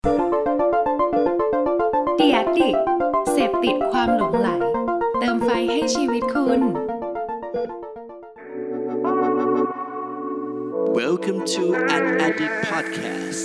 The Addict เสพติดความหลงใหลเติมไฟให้ชีวิตคุณ Welcome to An Addict Podcast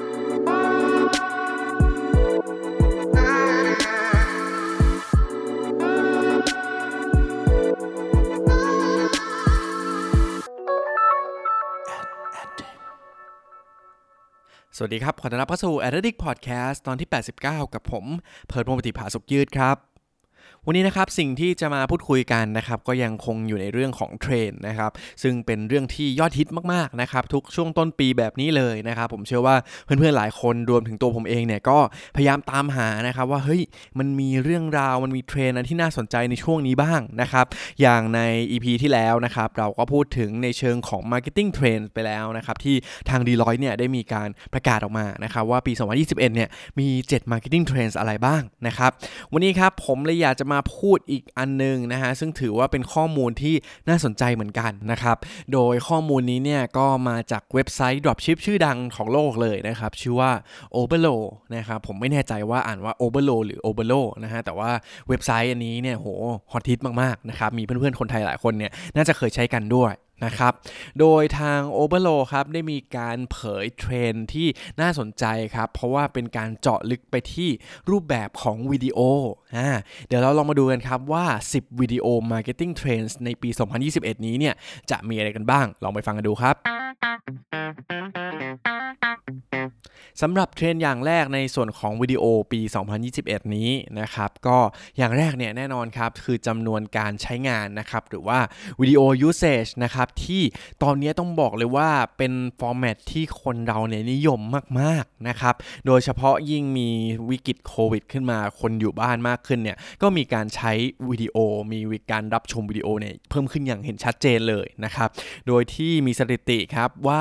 สวัสดีครับขอต้อนรับเข้าสู่ An Addict Podcast ตอนที่89กับผมเพิร์ท พงษ์ปฏิภาสุขยืดครับวันนี้นะครับสิ่งที่จะมาพูดคุยกันนะครับก็ยังคงอยู่ในเรื่องของเทรนด์นะครับซึ่งเป็นเรื่องที่ยอดฮิตมากๆนะครับทุกช่วงต้นปีแบบนี้เลยนะครับผมเชื่อว่าเพื่อนๆหลายคนรวมถึงตัวผมเองเนี่ยก็พยายามตามหานะครับว่าเฮ้ยมันมีเรื่องราวมันมีเทรนด์อะไรที่น่าสนใจในช่วงนี้บ้างนะครับอย่างใน EP ที่แล้วนะครับเราก็พูดถึงในเชิงของ Marketing Trend ไปแล้วนะครับที่ทาง Deloitte เนี่ยได้มีการประกาศออกมานะครับว่าปี 2021 เนี่ยมี 7 Marketing Trends อะไรบ้างนะครับวันนี้ครับผมเลยอยากจะมาพูดอีกอันนึงนะฮะซึ่งถือว่าเป็นข้อมูลที่น่าสนใจเหมือนกันนะครับโดยข้อมูลนี้เนี่ยก็มาจากเว็บไซต์ Dropship ชื่อดังของโลกเลยนะครับชื่อว่า Oberlo นะครับผมไม่แน่ใจว่าอ่านว่า Oberlo หรือ Oberlo นะฮะแต่ว่าเว็บไซต์อันนี้เนี่ยโหฮอตฮิตมากๆนะครับมีเพื่อนๆคนไทยหลายคนเนี่ยน่าจะเคยใช้กันด้วยนะครับโดยทาง Oberlo ครับได้มีการเผยเทรนด์ที่น่าสนใจครับเพราะว่าเป็นการเจาะลึกไปที่รูปแบบของวิดีโอเดี๋ยวเราลองมาดูกันครับว่า10วิดีโอ Marketing Trends ในปี 2021 นี้เนี่ยจะมีอะไรกันบ้างลองไปฟังกันดูครับสำหรับเทรนด์อย่างแรกในส่วนของวิดีโอปี 2021 นี้นะครับก็อย่างแรกเนี่ยแน่นอนครับคือจำนวนการใช้งานนะครับหรือว่าวิดีโอ usage นะครับที่ตอนนี้ต้องบอกเลยว่าเป็นฟอร์แมตที่คนเราเนี่ยนิยมมากๆนะครับโดยเฉพาะยิ่งมีวิกฤตโควิดขึ้นมาคนอยู่บ้านมากขึ้นเนี่ยก็มีการใช้วิดีโอมีการรับชมวิดีโอเนี่ยเพิ่มขึ้นอย่างเห็นชัดเจนเลยนะครับโดยที่มีสถิติครับว่า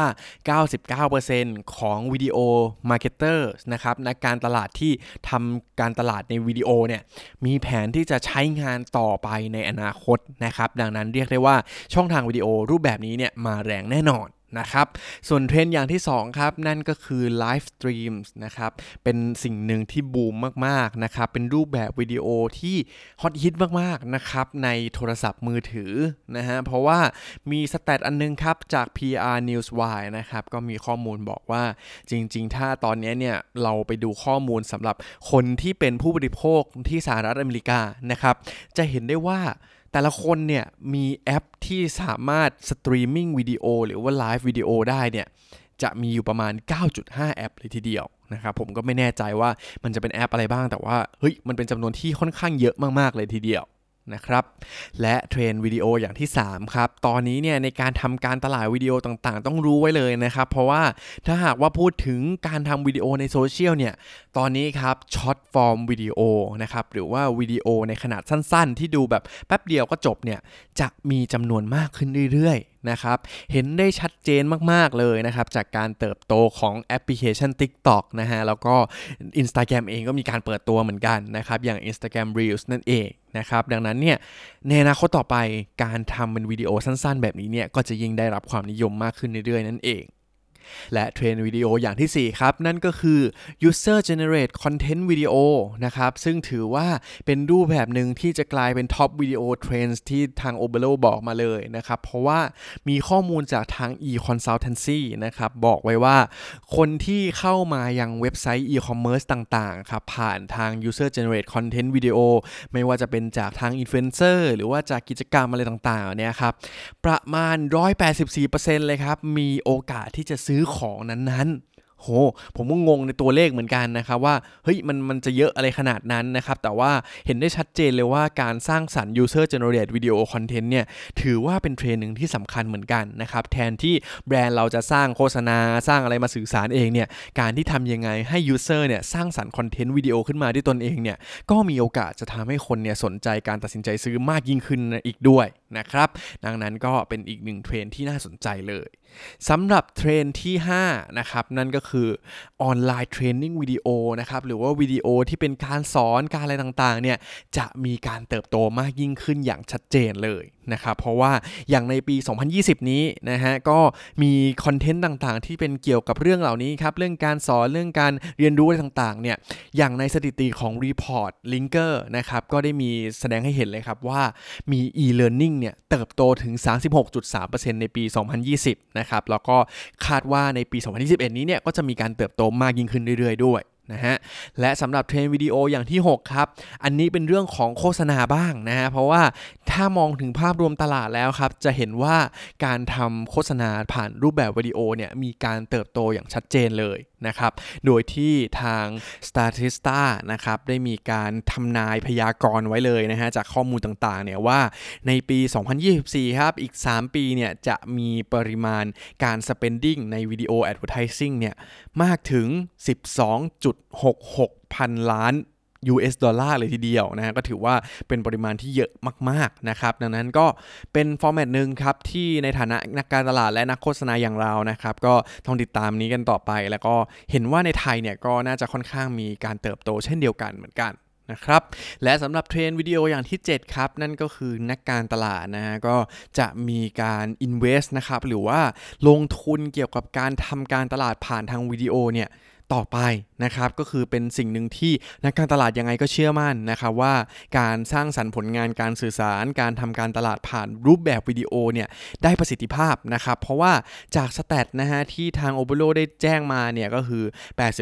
99% ของวิดีโอmarketers นะครับนักการตลาดที่ทำการตลาดในวิดีโอเนี่ยมีแผนที่จะใช้งานต่อไปในอนาคตนะครับดังนั้นเรียกได้ว่าช่องทางวิดีโอรูปแบบนี้เนี่ยมาแรงแน่นอนนะครับส่วนเทรนด์อย่างที่2ครับนั่นก็คือไลฟ์สตรีมนะครับเป็นสิ่งหนึ่งที่บูมมากๆนะครับเป็นรูปแบบวิดีโอที่ฮอตฮิตมากๆนะครับในโทรศัพท์มือถือนะฮะเพราะว่ามีสแตทอันนึงครับจาก PR Newswire นะครับก็มีข้อมูลบอกว่าจริงๆถ้าตอนนี้เนี่ยเราไปดูข้อมูลสำหรับคนที่เป็นผู้บริโภคที่สหรัฐอเมริกานะครับจะเห็นได้ว่าแต่ละคนเนี่ยมีแอปที่สามารถสตรีมมิ่งวิดีโอหรือว่าไลฟ์วิดีโอได้เนี่ยจะมีอยู่ประมาณ 9.5 แอปเลยทีเดียวนะครับผมก็ไม่แน่ใจว่ามันจะเป็นแอปอะไรบ้างแต่ว่าเฮ้ยมันเป็นจำนวนที่ค่อนข้างเยอะมากๆเลยทีเดียวนะครับและเทรนด์วิดีโออย่างที่3ครับตอนนี้เนี่ยในการทำการตลาดวิดีโอต่างๆต้องรู้ไว้เลยนะครับเพราะว่าถ้าหากว่าพูดถึงการทำวิดีโอในโซเชียลเนี่ยตอนนี้ครับช็อตฟอร์มวิดีโอนะครับหรือว่าวิดีโอในขนาดสั้นๆที่ดูแบบแป๊บเดียวก็จบเนี่ยจะมีจำนวนมากขึ้นเรื่อยๆนะครับเห็นได้ชัดเจนมากๆเลยนะครับจากการเติบโตของแอปพลิเคชัน TikTok นะฮะแล้วก็ Instagram เองก็มีการเปิดตัวเหมือนกันนะครับอย่าง Instagram Reels นั่นเองนะครับดังนั้นเนี่ยในอนาคตต่อไปการทำเป็นวิดีโอสั้นๆแบบนี้เนี่ยก็จะยิ่งได้รับความนิยมมากขึ้นเรื่อยๆนั่นเองและเทรนด์วิดีโออย่างที่4ครับนั่นก็คือ user generate content video นะครับซึ่งถือว่าเป็นรูปแบบหนึ่งที่จะกลายเป็น top video trends ที่ทาง Oberlo บอกมาเลยนะครับเพราะว่ามีข้อมูลจากทาง e-consultancy นะครับบอกไว้ว่าคนที่เข้ามายังเว็บไซต์ e-commerce ต่างๆครับผ่านทาง user generate content video ไม่ว่าจะเป็นจากทาง influencer หรือว่าจากกิจกรรมอะไรต่างๆเนี่ยครับประมาณ 184% เลยครับมีโอกาสที่จะซื้อของนั้นๆ โหผมก็งงในตัวเลขเหมือนกันนะครับว่าเฮ้ยมันจะเยอะอะไรขนาดนั้นนะครับแต่ว่าเห็นได้ชัดเจนเลยว่าการสร้างสรรค์ user generate video content เนี่ยถือว่าเป็นเทรนด์นึงที่สำคัญเหมือนกันนะครับแทนที่แบรนด์เราจะสร้างโฆษณาสร้างอะไรมาสื่อสารเองเนี่ยการที่ทำยังไงให้ user เนี่ยสร้างสรรค์คอนเทนต์วิดีโอขึ้นมาด้วยตนเองเนี่ยก็มีโอกาสจะทำให้คนเนี่ยสนใจการตัดสินใจซื้อมากยิ่งขึ้นอีกด้วยนะครับดังนั้นก็เป็นอีกหนึ่งเทรนด์ที่น่าสนใจเลยสำหรับเทรนด์ที่5นะครับนั่นก็คือออนไลน์เทรนนิ่งวิดีโอนะครับหรือว่าวิดีโอที่เป็นการสอนการอะไรต่างๆเนี่ยจะมีการเติบโตมากยิ่งขึ้นอย่างชัดเจนเลยนะครับเพราะว่าอย่างในปี 2020 นี้นะฮะก็มีคอนเทนต์ต่างๆที่เป็นเกี่ยวกับเรื่องเหล่านี้ครับเรื่องการสอนเรื่องการเรียนรู้อะไรต่างๆเนี่ยอย่างในสถิติของ Report Linker นะครับก็ได้มีแสดงให้เห็นเลยครับว่ามี e-learning เนี่ยเติบโตถึง 36.3% ในปี 2020 นะครับแล้วก็คาดว่าในปี 2021 นี้เนี่ยก็จะมีการเติบโตมากยิ่งขึ้นเรื่อยๆด้วยนะฮะและสำหรับเทรนด์วิดีโออย่างที่6ครับอันนี้เป็นเรื่องของโฆษณาบ้างนะฮะเพราะว่าถ้ามองถึงภาพรวมตลาดแล้วครับจะเห็นว่าการทำโฆษณาผ่านรูปแบบวิดีโอเนี่ยมีการเติบโตอย่างชัดเจนเลยนะครับโดยที่ทาง Statista นะครับได้มีการทำนายพยากรณ์ไว้เลยนะฮะจากข้อมูลต่างๆเนี่ยว่าในปี 2024 ครับอีก3ปีเนี่ยจะมีปริมาณการ spending ในวิดีโอ advertising เนี่ยมากถึง 12.66 พันล้าน US ดอลลาร์เลยทีเดียวนะฮะก็ถือว่าเป็นปริมาณที่เยอะมากๆนะครับดังนั้นก็เป็นฟอร์แมตนึงครับที่ในฐานะนักการตลาดและนักโฆษณาอย่างเรานะครับก็ต้องติดตามนี้กันต่อไปแล้วก็เห็นว่าในไทยเนี่ยก็น่าจะค่อนข้างมีการเติบโตเช่นเดียวกันเหมือนกันนะครับและสำหรับเทรนด์วิดีโออย่างที่7ครับนั่นก็คือนักการตลาดนะฮะก็จะมีการ invest นะครับหรือว่าลงทุนเกี่ยวกับการทำการตลาดผ่านทางวิดีโอเนี่ยต่อไปนะครับก็คือเป็นสิ่งหนึ่งที่นักการตลาดยังไงก็เชื่อมั่นนะครับว่าการสร้างสรรค์ผลงานการสื่อสารการทำการตลาดผ่านรูปแบบวิดีโอเนี่ยได้ประสิทธิภาพนะครับเพราะว่าจากสแตทนะฮะที่ทาง Oberlo ได้แจ้งมาเนี่ยก็คือ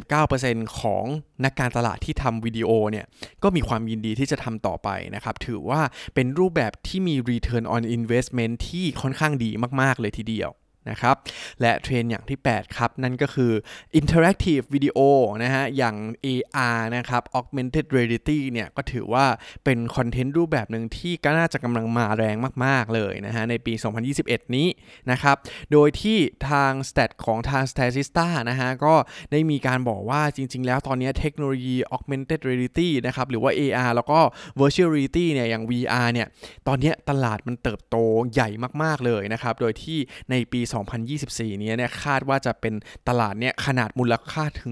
89% ของนักการตลาดที่ทำวิดีโอเนี่ยก็มีความยินดีที่จะทำต่อไปนะครับถือว่าเป็นรูปแบบที่มี return on investment ที่ค่อนข้างดีมากๆเลยทีเดียวนะครับและเทรนด์อย่างที่8ครับนั่นก็คือ interactive video นะฮะอย่าง AR นะครับ augmented reality เนี่ยก็ถือว่าเป็นคอนเทนต์รูปแบบหนึ่งที่ก็น่าจะกำลังมาแรงมากๆเลยนะฮะในปี 2021 นี้นะครับโดยที่ทาง stat ของทาง Statista นะฮะก็ได้มีการบอกว่าจริงๆแล้วตอนนี้เทคโนโลยี augmented reality นะครับหรือว่า AR แล้วก็ virtual reality เนี่ยอย่าง VR เนี่ยตอนนี้ตลาดมันเติบโตใหญ่มากๆเลยนะครับโดยที่ในปี 2024 นี้เนี่ยคาดว่าจะเป็นตลาดเนี่ยขนาดมูลค่าถึง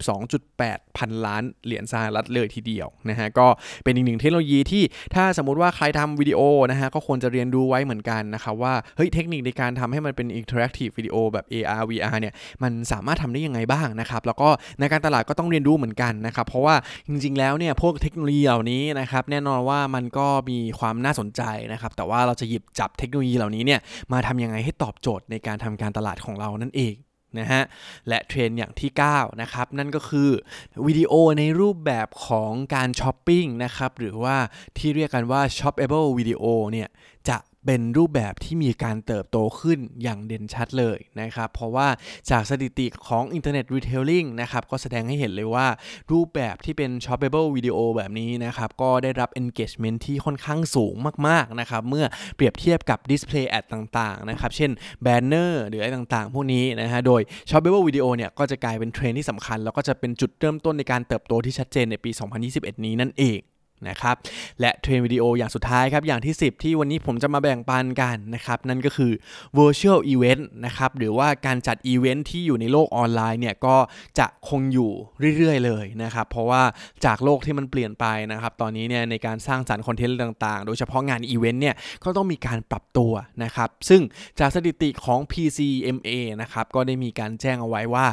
72.8 พันล้านเหรียญสหรัฐเลยทีเดียวนะฮะก็เป็นอีกหนึ่งเทคโนโลยีที่ถ้าสมมุติว่าใครทำวิดีโอนะฮะก็ควรจะเรียนรู้ไว้เหมือนกันนะครับว่าเฮ้ยเทคนิคในการทำให้มันเป็น interactive video แบบ AR VR เนี่ยมันสามารถทำได้ยังไงบ้างนะครับแล้วก็ในการตลาดก็ต้องเรียนรู้เหมือนกันนะครับเพราะว่าจริงๆแล้วเนี่ยพวกเทคโนโลยีเหล่านี้นะครับแน่นอนว่ามันก็มีความน่าสนใจนะครับแต่ว่าเราจะหยิบจับเทคโนโลยีเหล่านี้เนี่ยมาทำยังไงให้ตอบโจทย์ในการทำการตลาดของเรานั่นเองนะฮะและเทรนด์อย่างที่9นะครับนั่นก็คือวิดีโอในรูปแบบของการช้อปปิ้งนะครับหรือว่าที่เรียกกันว่า shoppable video เนี่ยจะเป็นรูปแบบที่มีการเติบโตขึ้นอย่างเด่นชัดเลยนะครับเพราะว่าจากสถิติของ Internet Retailing นะครับก็แสดงให้เห็นเลยว่ารูปแบบที่เป็น shoppable video แบบนี้นะครับก็ได้รับ engagement ที่ค่อนข้างสูงมากๆนะครับเมื่อเปรียบเทียบกับ display ad ต่างๆนะครับเช่น banner หรืออะไรต่างๆพวกนี้นะฮะโดย shoppable video เนี่ยก็จะกลายเป็นเทรนด์ที่สำคัญแล้วก็จะเป็นจุดเริ่มต้นในการเติบโตที่ชัดเจนในปี 2021 นี้นั่นเองนะครับและเทรนด์วิดีโออย่างสุดท้ายครับอย่างที่10ที่วันนี้ผมจะมาแบ่งปันกันนะครับนั่นก็คือ virtual event นะครับหรือว่าการจัดอีเวนท์ที่อยู่ในโลกออนไลน์เนี่ยก็จะคงอยู่เรื่อยๆเลยนะครับเพราะว่าจากโลกที่มันเปลี่ยนไปนะครับตอนนี้เนี่ยในการสร้างสรรค์คอนเทนต์ต่างๆโดยเฉพาะงานอีเวนท์เนี่ยก็ต้องมีการปรับตัวนะครับซึ่งจากสถิติของ PCMA นะครับก็ได้มีการแจ้งเอาไว้ว่า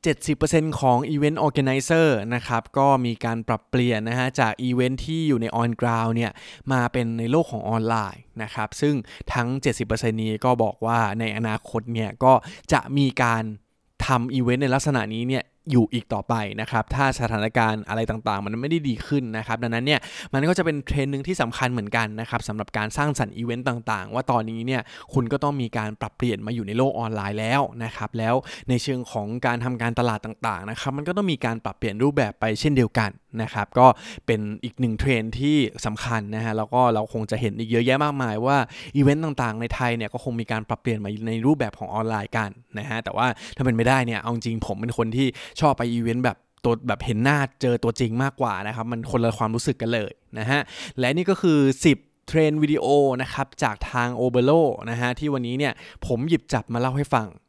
70% ของ Event Organizer นะครับก็มีการปรับเปลี่ยนนะฮะจากอีเวนท์ที่อยู่ใน on ground เนี่ยมาเป็นในโลกของออนไลน์นะครับซึ่งทั้ง 70% นี้ก็บอกว่าในอนาคตเนี่ยก็จะมีการทำอีเวนต์ในลักษณะนี้เนี่ยอยู่อีกต่อไปนะครับถ้าสถานการณ์อะไรต่างๆมันไม่ได้ดีขึ้นนะครับดังนั้นเนี่ยมันก็จะเป็นเทรนด์นึงที่สำคัญเหมือนกันนะครับสำหรับการสร้างสรรค์อีเวนต์ต่างๆว่าตอนนี้เนี่ยคุณก็ต้องมีการปรับเปลี่ยนมาอยู่ในโลกออนไลน์แล้วนะครับแล้วในเชิงของการทำการตลาดต่างๆนะครับมันก็ต้องมีการปรับเปลี่ยนรูปแบบไปเช่นเดียวกันนะครับก็เป็นอีกหนึ่งเทรนด์ที่สำคัญนะฮะแล้วก็เราคงจะเห็นอีกเยอะแยะมากมายว่าอีเวนต์ต่างๆในไทยเนี่ยก็คงมีการปรับเปลี่ยนมาในรูปแบบของออนไลน์กันนะฮะแต่ว่าถ้าเป็นไม่ได้เนี่ยเอาจริงผมเป็นคนที่ชอบไปอีเวนต์แบบเห็นหน้าเจอตัวจริงมากกว่านะครับมันคนละความรู้สึกกันเลยนะฮะและนี่ก็คือ10เทรนด์วิดีโอนะครับจากทาง Oberlo นะฮะที่วันนี้เนี่ยผมหยิบจับมาเล่าให้ฟัง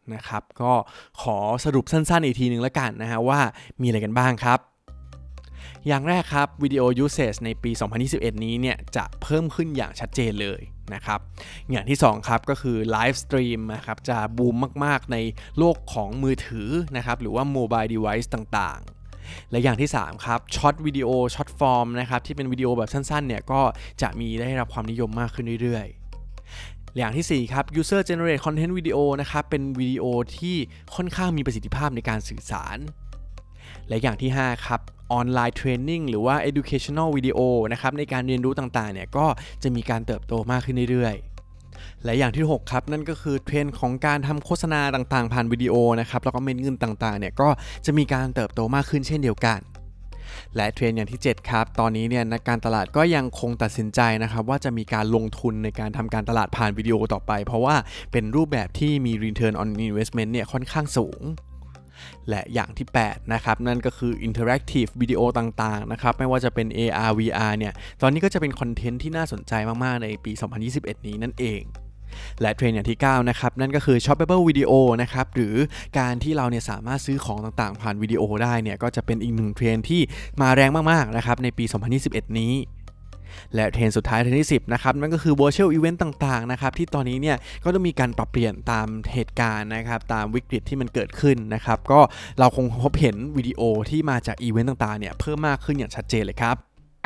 นะครับก็ขอสรุปสั้นๆอีกทีนึงแล้วกันนะฮะว่ามีอะไรกันบ้างครับอย่างแรกครับวิดีโอ usage ในปี 2021 นี้เนี่ยจะเพิ่มขึ้นอย่างชัดเจนเลยนะครับอย่างที่2ครับก็คือไลฟ์สตรีมนะครับจะบูมมากๆในโลกของมือถือนะครับหรือว่า mobile device ต่างๆและอย่างที่3ครับช็อตวิดีโอช็อตฟอร์มนะครับที่เป็นวิดีโอแบบสั้นๆเนี่ยก็จะมีได้รับความนิยมมากขึ้นเรื่อยๆอย่างที่4ครับ user generate content video นะครับเป็นวิดีโอที่ค่อนข้างมีประสิทธิภาพในการสื่อสารและอย่างที่5ครับออนไลน์เทรนนิ่งหรือว่า educational video นะครับในการเรียนรู้ต่างๆเนี่ยก็จะมีการเติบโตมากขึ้นเรื่อยๆและอย่างที่6ครับนั่นก็คือเทรนด์ของการทำโฆษณาต่างๆผ่านวิดีโอนะครับแล้วก็เม็ดเงินต่างๆเนี่ยก็จะมีการเติบโตมากขึ้นเช่นเดียวกันและเทรนด์อย่างที่7ครับตอนนี้เนี่ยนักการตลาดก็ยังคงตัดสินใจนะครับว่าจะมีการลงทุนในการทำการตลาดผ่านวิดีโอต่อไปเพราะว่าเป็นรูปแบบที่มี return on investment เนี่ยค่อนข้างสูงและอย่างที่8นะครับนั่นก็คือ interactive วิดีโอต่างๆนะครับไม่ว่าจะเป็น AR VR เนี่ยตอนนี้ก็จะเป็นคอนเทนต์ที่น่าสนใจมากๆในปี 2021 นี้นั่นเองและเทรนด์อย่างที่9นะครับนั่นก็คือ shoppable video นะครับหรือการที่เราเนี่ยสามารถซื้อของต่างๆผ่านวิดีโอได้เนี่ยก็จะเป็นอีกหนึ่งเทรนด์ที่มาแรงมากๆนะครับในปี 2021 นี้และเทรนด์สุดท้ายเทรนด์ที่10นะครับนั่นก็คือ virtual event ต่างๆนะครับที่ตอนนี้เนี่ยก็ต้องมีการปรับเปลี่ยนตามเหตุการณ์นะครับตามวิกฤตที่มันเกิดขึ้นนะครับก็เราคงพบเห็นวิดีโอที่มาจากอีเวนต์ต่างๆเนี่ยเพิ่มมากขึ้นอย่างชัดเจนเลยครับ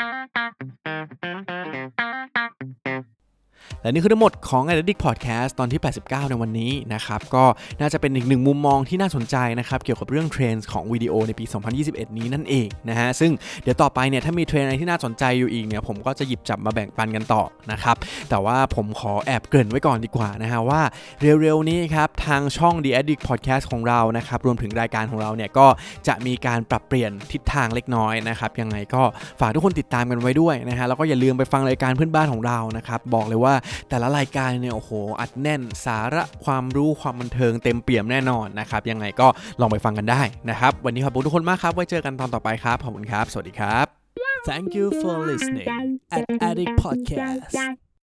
และนี่คือทั้งหมดของ Addict Podcast ตอนที่ 89 ในวันนี้นะครับก็น่าจะเป็นอีกหนึ่งมุมมองที่น่าสนใจนะครับเกี่ยวกับเรื่องเทรนด์ของวิดีโอในปี 2021 นี้นั่นเองนะฮะซึ่งเดี๋ยวต่อไปเนี่ยถ้ามีเทรนด์อะไรที่น่าสนใจอยู่อีกเนี่ยผมก็จะหยิบจับมาแบ่งปันกันต่อนะครับแต่ว่าผมขอแอบเกริ่นไว้ก่อนดีกว่านะฮะว่าเร็วๆนี้ครับทางช่อง The Addict Podcast ของเรานะครับรวมถึงรายการของเราเนี่ยก็จะมีการปรับเปลี่ยนทิศทางเล็กน้อยนะครับยังไงก็ฝากทุกคนติดตามกันไว้ด้วยนะฮะแล้วก็อย่าลืมไปฟังรายการเพื่อนบ้านของเรานะครับบอกเลยว่าแต่ละรายการเนี่ยโอ้โหอัดแน่นสาระความรู้ความบันเทิงเต็มเปี่ยมแน่นอนนะครับยังไงก็ลองไปฟังกันได้นะครับวันนี้ขอบคุณทุกคนมากครับไว้เจอกันตอนต่อไปครับขอบคุณครับสวัสดีครับ Thank you for listening at Addict Podcast.